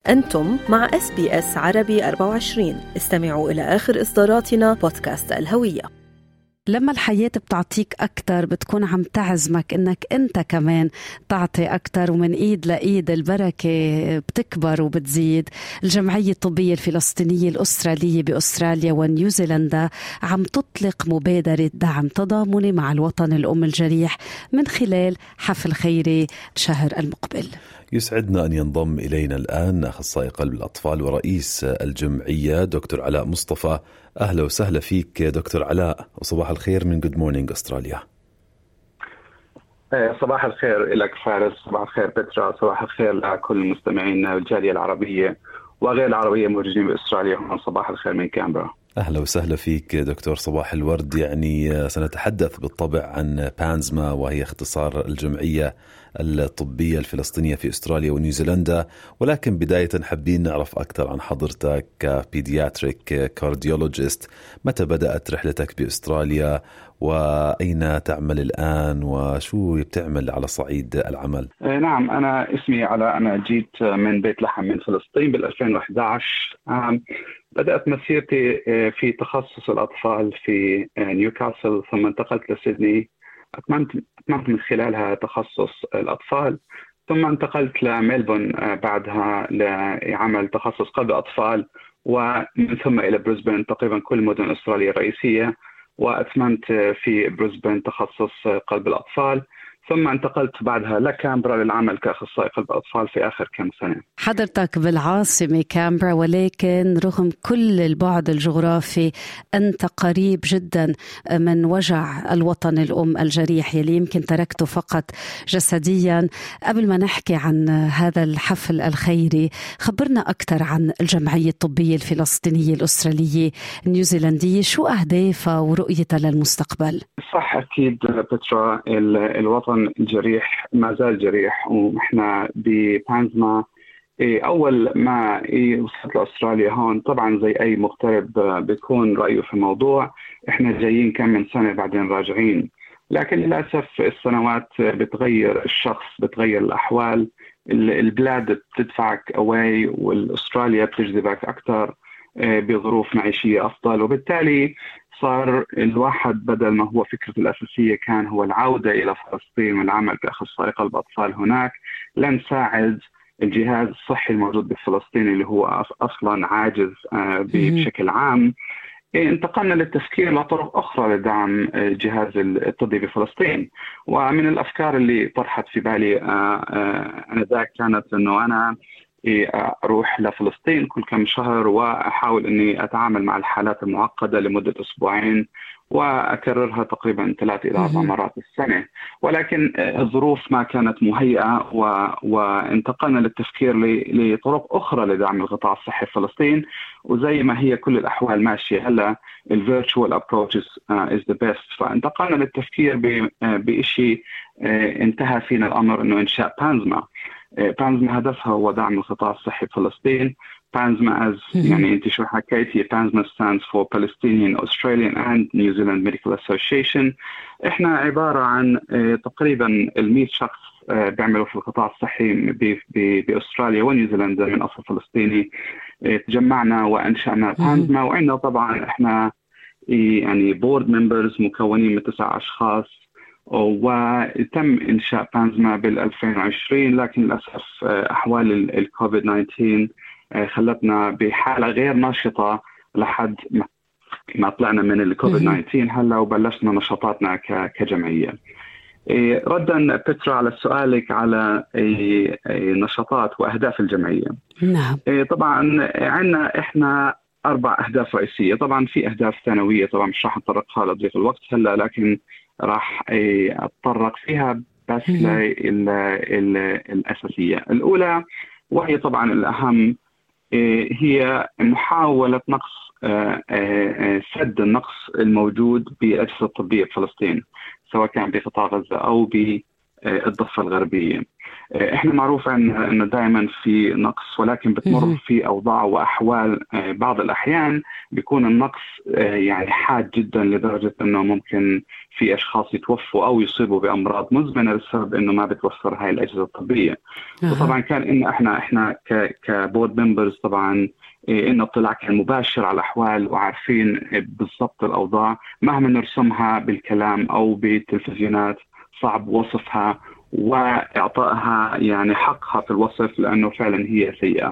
أنتم مع SBS عربي 24. استمعوا إلى آخر إصداراتنا بودكاست الهوية. لما الحياة بتعطيك أكتر بتكون عم تعزمك إنك أنت كمان تعطي أكتر، ومن إيد لإيد البركة بتكبر وبتزيد. الجمعية الطبية الفلسطينية الأسترالية بأستراليا ونيوزيلندا عم تطلق مبادرة دعم تضامني مع الوطن الأم الجريح من خلال حفل خيري الشهر المقبل. يسعدنا أن ينضم إلينا الآن أخصائي قلب الأطفال ورئيس الجمعية دكتور علاء مصطفى. أهلا وسهلا فيك دكتور علاء، وصباح الخير من Good Morning أستراليا. صباح الخير لك فارس، صباح الخير بترا، صباح الخير لكل المستمعين الجالية العربية وغير العربية موجودين بأستراليا. هون صباح الخير من كامبرا. أهلا وسهلا فيك دكتور، صباح الورد. يعني سنتحدث بالطبع عن بانزما، وهي اختصار الجمعية الطبية الفلسطينية في أستراليا ونيوزيلندا، ولكن بداية حابين نعرف أكثر عن حضرتك كبيدياتريك كارديولوجيست. متى بدأت رحلتك بأستراليا وأين تعمل الآن وشو بتعمل على صعيد العمل؟ نعم، أنا اسمي علاء، أنا جيت من بيت لحم من فلسطين بال2011. بدأت مسيرتي في تخصص الأطفال في نيوكاسل، ثم انتقلت لسيدني، أتممت من خلالها تخصص الأطفال، ثم انتقلت لملبون بعدها لعمل تخصص قلب الأطفال، ومن ثم إلى بريسبن، تقريبا كل مدن أستراليا الرئيسية، وأتممت في بريسبن تخصص قلب الأطفال، ثم انتقلت بعدها لكامبرا للعمل كأخصائي قلب أطفال في آخر كم سنة. حضرتك بالعاصمة كامبرا، ولكن رغم كل البعد الجغرافي أنت قريب جدا من وجع الوطن الأم الجريح يلي يمكن تركته فقط جسديا. قبل ما نحكي عن هذا الحفل الخيري، خبرنا أكثر عن الجمعية الطبية الفلسطينية الأسترالية النيوزيلندية، شو أهدافها ورؤيتها للمستقبل؟ صح، أكيد بترا، الوطن الجريح ما زال جريح، ونحن ببانزما أول ما وصلت لأستراليا هون طبعا زي أي مغترب بيكون رأيه في الموضوع، إحنا جايين كم من سنة بعدين راجعين، لكن للأسف السنوات بتغير الشخص، بتغير الأحوال، البلاد بتدفعك أواي والأستراليا بتجذبك أكثر بظروف معيشية أفضل، وبالتالي صار الواحد بدل ما هو فكرة الأساسية كان هو العودة إلى فلسطين والعمل كأخصائي قلب أطفال هناك لنساعد الجهاز الصحي الموجود بفلسطين اللي هو أصلا عاجز بشكل عام. انتقلنا للتفكير لطرق أخرى لدعم الجهاز الطبي بفلسطين، ومن الأفكار اللي طرحت في بالي أنا ذاك كانت أنه أنا أروح لفلسطين كل كم شهر وأحاول أني أتعامل مع الحالات المعقدة لمدة أسبوعين، وأكررها تقريبا 3 إلى 4 مرات السنة، ولكن الظروف ما كانت مهيئة، وانتقلنا للتفكير لطرق أخرى لدعم القطاع الصحي في فلسطين. وزي ما هي كل الأحوال ماشية هلا الفيرتشوال approaches is the best، فانتقلنا للتفكير بشيء انتهى فينا الأمر أنه إنشاء بانزما. بانزما هدفها هو دعم القطاع الصحي في فلسطين. بانزما يعني انت شو حكيتي، بانزما stands for Palestinian Australian and New Zealand Medical Association. احنا عبارة عن تقريبا 100 شخص بيعملوا في القطاع الصحي بأستراليا ونيوزيلندا من أصل فلسطيني. تجمعنا وأنشأنا بانزما، وعندنا طبعا احنا يعني بورد ممبرز مكونين من 9 أشخاص، وتم إنشاء بانزما بال2020، لكن للأسف أحوال الكوفيد 19 خلتنا بحالة غير نشطة لحد ما طلعنا من الكوفيد 19 هلا وبلشنا نشاطاتنا كجمعية. ردا بترا على سؤالك على نشاطات وأهداف الجمعية. نعم. طبعا عندنا إحنا 4 أهداف رئيسية، طبعا في أهداف ثانوية طبعا مش راح نتطرقها لضيق الوقت هلا، لكن راح أتطرق فيها بس الأساسية. الأولى وهي طبعا الأهم هي محاولة نقص سد النقص الموجود بالأجهزة الطبية في فلسطين، سواء كان بقطاع غزة أو بالضفة الغربية. احنا معروف انه دائما في نقص، ولكن بتمر في اوضاع واحوال بعض الاحيان بيكون النقص يعني حاد جدا لدرجه انه ممكن في اشخاص يتوفوا او يصيبوا بامراض مزمنه بسبب انه ما بتوفر هاي الاجهزه الطبيه. وطبعا كان ان احنا كبورد ممبرز طبعا إن اطلاع كان مباشر على الأحوال وعارفين بالضبط الأوضاع، مهما نرسمها بالكلام أو بالتلفزيونات صعب وصفها وإعطائها يعني حقها في الوصف لأنه فعلا هي سيئة.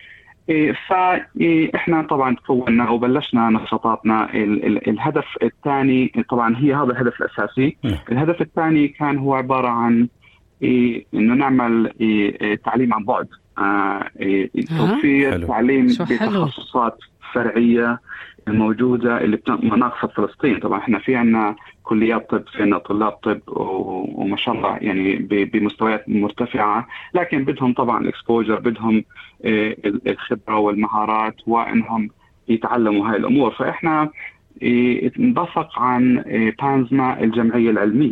فإحنا طبعا تكوننا وبلشنا نشاطاتنا. الهدف الثاني طبعا هي هذا الهدف الأساسي. الهدف الثاني كان هو عبارة عن إنه نعمل تعليم عن بعد، توفير تعليم بتخصصات فرعية الموجودة اللي ناقصة فلسطين. طبعا احنا في عنا كليات طب، في عنا طلاب طب وما شاء الله يعني بمستويات مرتفعة، لكن بدهم طبعا الاكسبوجر، بدهم الخبرة والمهارات وانهم يتعلموا هاي الامور. فاحنا نبثق عن بانزما الجمعية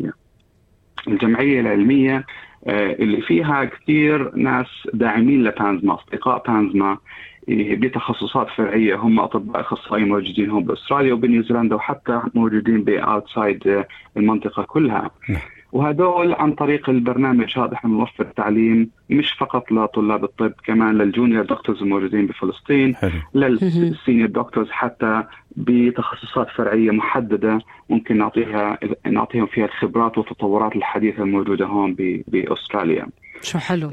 العلمية اللي فيها كثير ناس داعمين لبانزما، أصدقاء بانزما بتخصصات فرعية، هم أطباء أخصائيين موجودين هم بأستراليا وبنيوزيلندا وحتى موجودين بأوتسايد المنطقة كلها. وهدول عن طريق البرنامج هذا احنا بنوفر تعليم مش فقط لطلاب الطب، كمان للجونيور دكتورز الموجودين بفلسطين، للسينيور دكتورز حتى بتخصصات فرعية محددة ممكن نعطيهم فيها الخبرات والتطورات الحديثة الموجودة هون بأستراليا. شو حلو.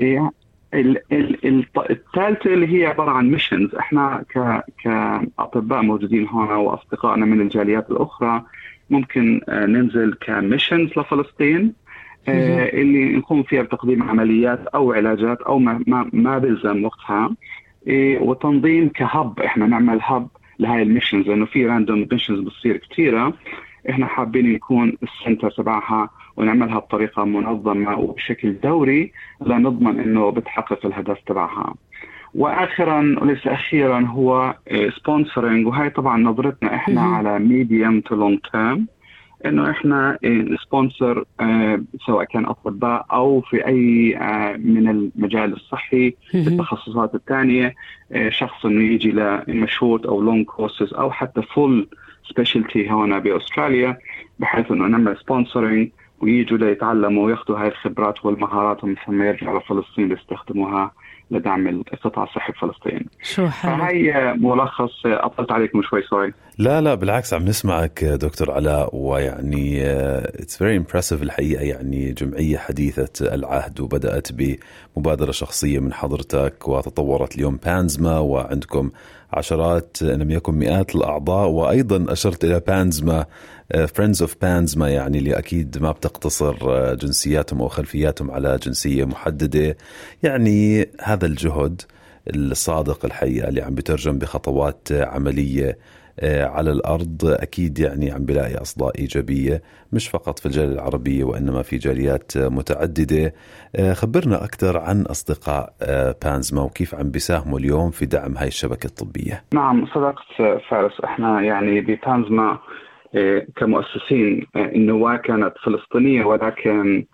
الثالثة اللي هي عبارة عن ميشنز. احنا كأطباء موجودين هنا وأصدقائنا من الجاليات الأخرى ممكن ننزل كميشنز لفلسطين اللي نقوم فيها بتقديم عمليات أو علاجات أو ما بلزم وقتها، وتنظيم كهب. احنا نعمل هب لهاي الميشنز لأنه في راندوم ميشنز بتصير كثيرة، احنا حابين يكون السنتر تبعها ونعملها بطريقة منظمة وبشكل دوري لنضمن انه بتحقق الهدف تبعها. واخيرا وليس اخيرا هو سبونسرنج، وهي طبعا نظرتنا احنا على ميديوم تو لونج تيرم، انه احنا نسبونسر سواء كان اطباء او في اي من المجال الصحي بالتخصصات الثانيه، شخص انه يجي لمشهور او لونج كورسز او حتى فول سبيشالتي هنا باستراليا، بحيث انه نعمل سبونسرنج ويجوا ليتعلموا وياخذوا هاي الخبرات والمهارات ومن ثم يرجعوا لفلسطين ليستخدموها لدعم القطاع الصحي بفلسطين. شو حلو. فهي ملخص. أطلت عليكم شوي سوري. لا بالعكس، عم نسمعك دكتور علاء، ويعني it's very impressive الحقيقة. يعني جمعية حديثة العهد وبدأت بمبادرة شخصية من حضرتك وتطورت اليوم بانزما، وعندكم عشرات إن لم يكن مئات الأعضاء، وأيضا أشرت إلى بانزما Friends of Panzma، يعني اللي أكيد ما بتقتصر جنسياتهم أو خلفياتهم على جنسية محددة. يعني هذا الجهد الصادق الحقيقة اللي عم بترجم بخطوات عملية على الأرض أكيد يعني عم بلاقي أصداء إيجابية مش فقط في الجالية العربية وإنما في جاليات متعددة. خبرنا أكثر عن أصدقاء بانزما وكيف عم بيساهموا اليوم في دعم هاي الشبكة الطبية. نعم صدقت فارس، احنا يعني ببانزما كمؤسسين النواة كانت فلسطينية، ولكن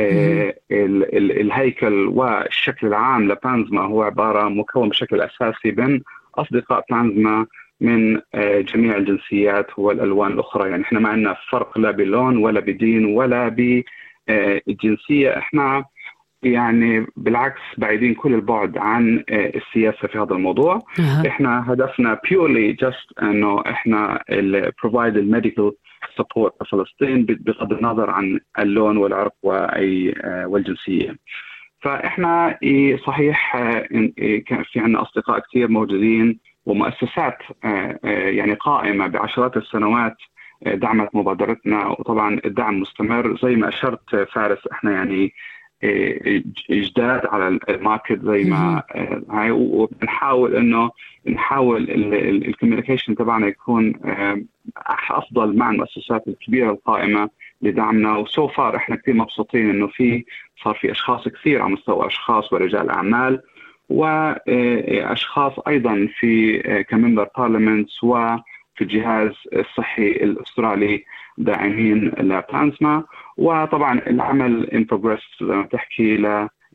الهيكل والشكل العام لبانزما هو عبارة مكون بشكل أساسي من أصدقاء بانزما من جميع الجنسيات والألوان الأخرى. يعني إحنا ما عندنا فرق لا بلون ولا بدين ولا بالجنسية، إحنا يعني بالعكس بعيدين كل البعد عن السياسة في هذا الموضوع. إحنا هدفنا purely just إنه إحنا provide medical support لفلسطين بغض النظر عن اللون والعرق والجنسية. فإحنا صحيح كان في عنا أصدقاء كثير موجودين ومؤسسات يعني قائمة بعشرات السنوات دعمت مبادرتنا، وطبعا الدعم مستمر زي ما أشرت فارس. إحنا يعني إجداد على الماركت زي ما هاي، وبنحاول إنه الكوميونيكيشن تبعنا يكون أفضل مع المؤسسات الكبيرة القائمة لدعمنا. وسو فار إحنا كثير مبسوطين إنه صار في أشخاص كثير على مستوى أشخاص ورجال أعمال وأشخاص أيضا في كممبر بارلمنتس وفي الجهاز الصحي الأسترالي داعمين لبانزما. وطبعا العمل in progress لما تحكي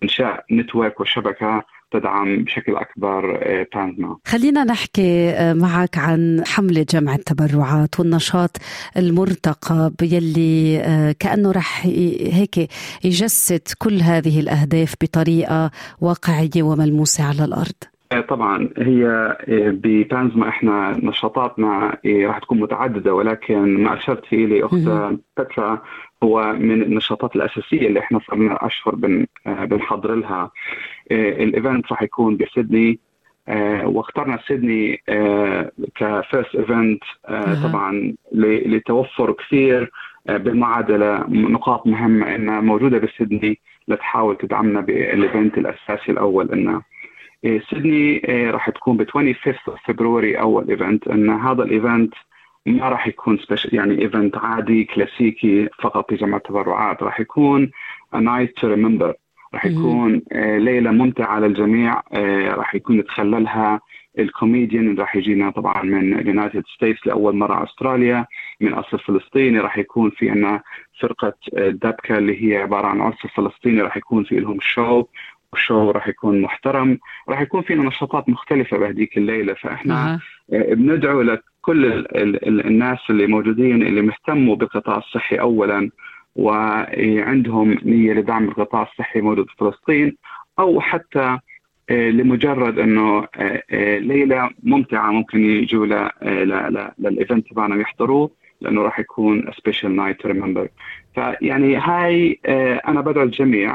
إنشاء نتورك وشبكة تدعم بشكل أكبر بانزما. خلينا نحكي معك عن حملة جمع التبرعات والنشاط المرتقب يلي كأنه رح هيك يجسد كل هذه الأهداف بطريقة واقعية وملموسة على الأرض. طبعا هي ببانزما احنا نشاطاتنا راح تكون متعددة، ولكن ما أشرت فيه لأخت بترا هو من النشاطات الأساسية اللي احنا صرنا أشهر بنحضر لها. الإيفنت راح يكون بسيدني، واخترنا سيدني كفيرست إيفنت طبعا لتوفر كثير بالمعادلة نقاط مهمة إنها موجودة بسيدني لتحاول تدعمنا بالإيفنت الأساسي الأول. إنه سيدني راح تكون ب 25 فبراير أول إيفنت. إن هذا الإيفنت ما راح يكون يعني إيفنت عادي كلاسيكي فقط لجمع التبرعات، راح يكون a night to remember، راح يكون ليلة ممتعة للجميع. راح يكون يتخللها الكوميديان اللي راح يجينا طبعا من اليونايتد ستيتس لأول مرة أستراليا من أصل فلسطيني. راح يكون في عنا فرقة دابكا اللي هي عبارة عن عرس فلسطيني، راح يكون في لهم الشو راح يكون محترم، راح يكون فينا نشاطات مختلفة بهديك الليلة. فإحنا بندعو لكل الناس اللي موجودين اللي مهتموا بالقطاع الصحي أولا وعندهم نية لدعم القطاع الصحي موجود في فلسطين، أو حتى لمجرد أنه ليلة ممتعة ممكن يجوا للإيفنت تبعنا ويحضروه، لأنه راح يكون a special night to remember. فيعني هاي أنا بدعو الجميع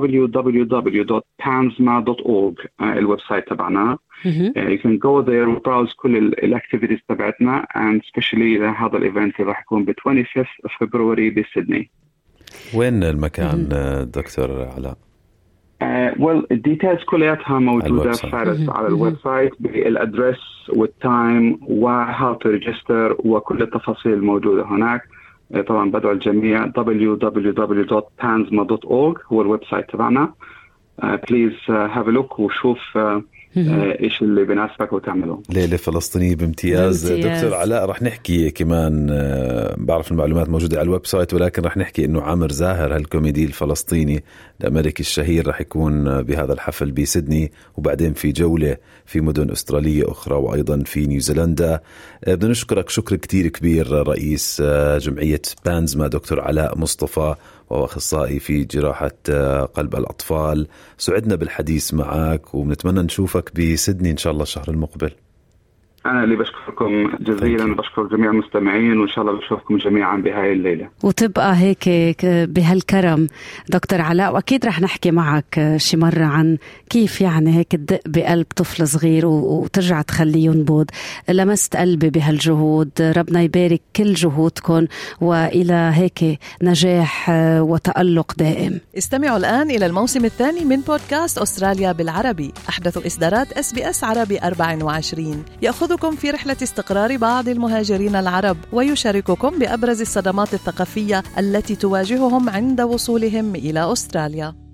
www.panzma.org الويب سايت تبعنا. You can go there وبراوز كل الأكتيفيتيز تبعتنا and especially هذا الإيفنت اللي راح يكون ب 25 فبراير بسيدني. وين المكان دكتور علاء؟ الديتيلز كلها موجودة فارس على الويب سايت بالأدرس والتايم وهاو تو ريجستر وكل التفاصيل موجودة هناك. طبعا بدعو الجميع www.panzma.org هو الويب سايت تبعنا. بليز هاف a look وشوف ايش اللي بناسبك وتعمله. ليلة فلسطينية بامتياز. دكتور علاء رح نحكي كمان، بعرف المعلومات موجودة على الويب سايت، ولكن رح نحكي انه عامر زاهر هالكوميدي الفلسطيني الامريكي الشهير رح يكون بهذا الحفل بسيدني، وبعدين في جولة في مدن استرالية اخرى وايضا في نيوزيلندا. بدنا نشكرك شكر كتير كبير رئيس جمعية بانزما دكتور علاء مصطفى، وهو أخصائي في جراحة قلب الأطفال. سعدنا بالحديث معك وبنتمنى نشوفك بسيدني إن شاء الله الشهر المقبل. أنا اللي بشكركم جزيلا، بشكر جميع المستمعين، وإن شاء الله بشوفكم جميعا بهاي الليلة. وتبقى هيك بهالكرم دكتور علاء، وأكيد رح نحكي معك شي مرة عن كيف يعني هيك تدق بقلب طفل صغير وترجع تخليه ينبض. لمست قلبي بهالجهود، ربنا يبارك كل جهودكم وإلى هيك نجاح وتألق دائم. استمعوا الآن إلى الموسم الثاني من بودكاست أستراليا بالعربي، أحدث إصدارات SBS عربي 24 يأخذكم في رحلة استقرار بعض المهاجرين العرب ويشارككم بأبرز الصدمات الثقافية التي تواجههم عند وصولهم إلى أستراليا.